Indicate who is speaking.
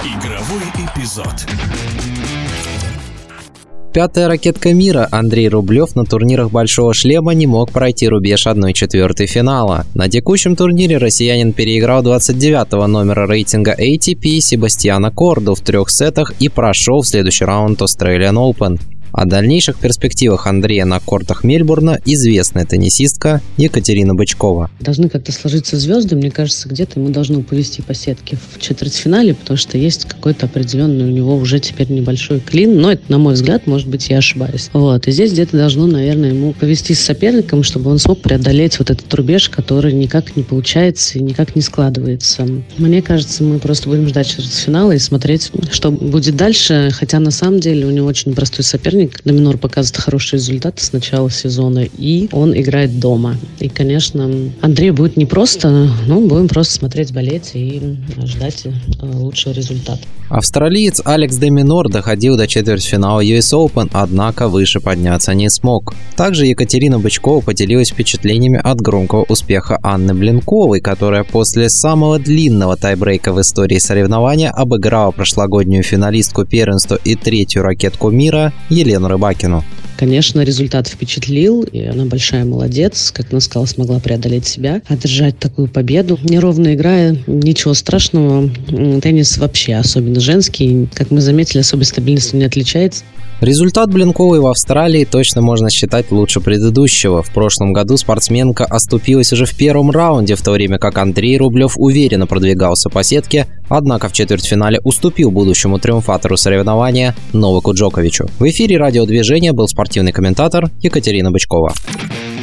Speaker 1: Игровой эпизод.
Speaker 2: Пятая ракетка мира Андрей Рублев на турнирах «Большого шлема» не мог пройти рубеж 1/4 финала. На текущем турнире россиянин переиграл 29-го номера рейтинга ATP Себастьяна Корду в 3 сетах и прошел в следующий раунд Australian Open. О дальнейших перспективах Андрея на кортах Мельбурна известная теннисистка Екатерина Бычкова.
Speaker 3: Должны как-то сложиться звезды, мне кажется, где-то ему должно повезти по сетке в четвертьфинале, потому что есть какой-то определенный у него уже теперь небольшой клин, но это, на мой взгляд, может быть, я ошибаюсь. И здесь где-то должно, наверное, ему повезти с соперником, чтобы он смог преодолеть вот этот рубеж, который никак не получается и никак не складывается. Мне кажется, мы просто будем ждать четвертьфинала и смотреть, что будет дальше, хотя на самом деле у него очень простой соперник. Доминор показывает хорошие результаты с начала сезона, и он играет дома. И, конечно, Андрею будет непросто, но будем просто смотреть, болеть и ждать лучшего результата.
Speaker 2: Австралиец Алекс де Минор доходил до четвертьфинала US Open, однако выше подняться не смог. Также Екатерина Бычкова поделилась впечатлениями от громкого успеха Анны Блинковой, которая после самого длинного тайбрейка в истории соревнования обыграла прошлогоднюю финалистку первенства и 3-ю ракетку мира Елену Рыбакину.
Speaker 3: Конечно, результат впечатлил, и она большая молодец, как она сказала, смогла преодолеть себя, одержать такую победу. Неровно играя, ничего страшного. Теннис вообще, особенно женский, как мы заметили, особой стабильностью не отличается.
Speaker 2: Результат Блинковой в Австралии точно можно считать лучше предыдущего. В прошлом году спортсменка оступилась уже в первом раунде, в то время как Андрей Рублев уверенно продвигался по сетке, однако в четвертьфинале уступил будущему триумфатору соревнования Новаку Джоковичу. В эфире радиодвижения был спортивный комментатор Екатерина Бычкова.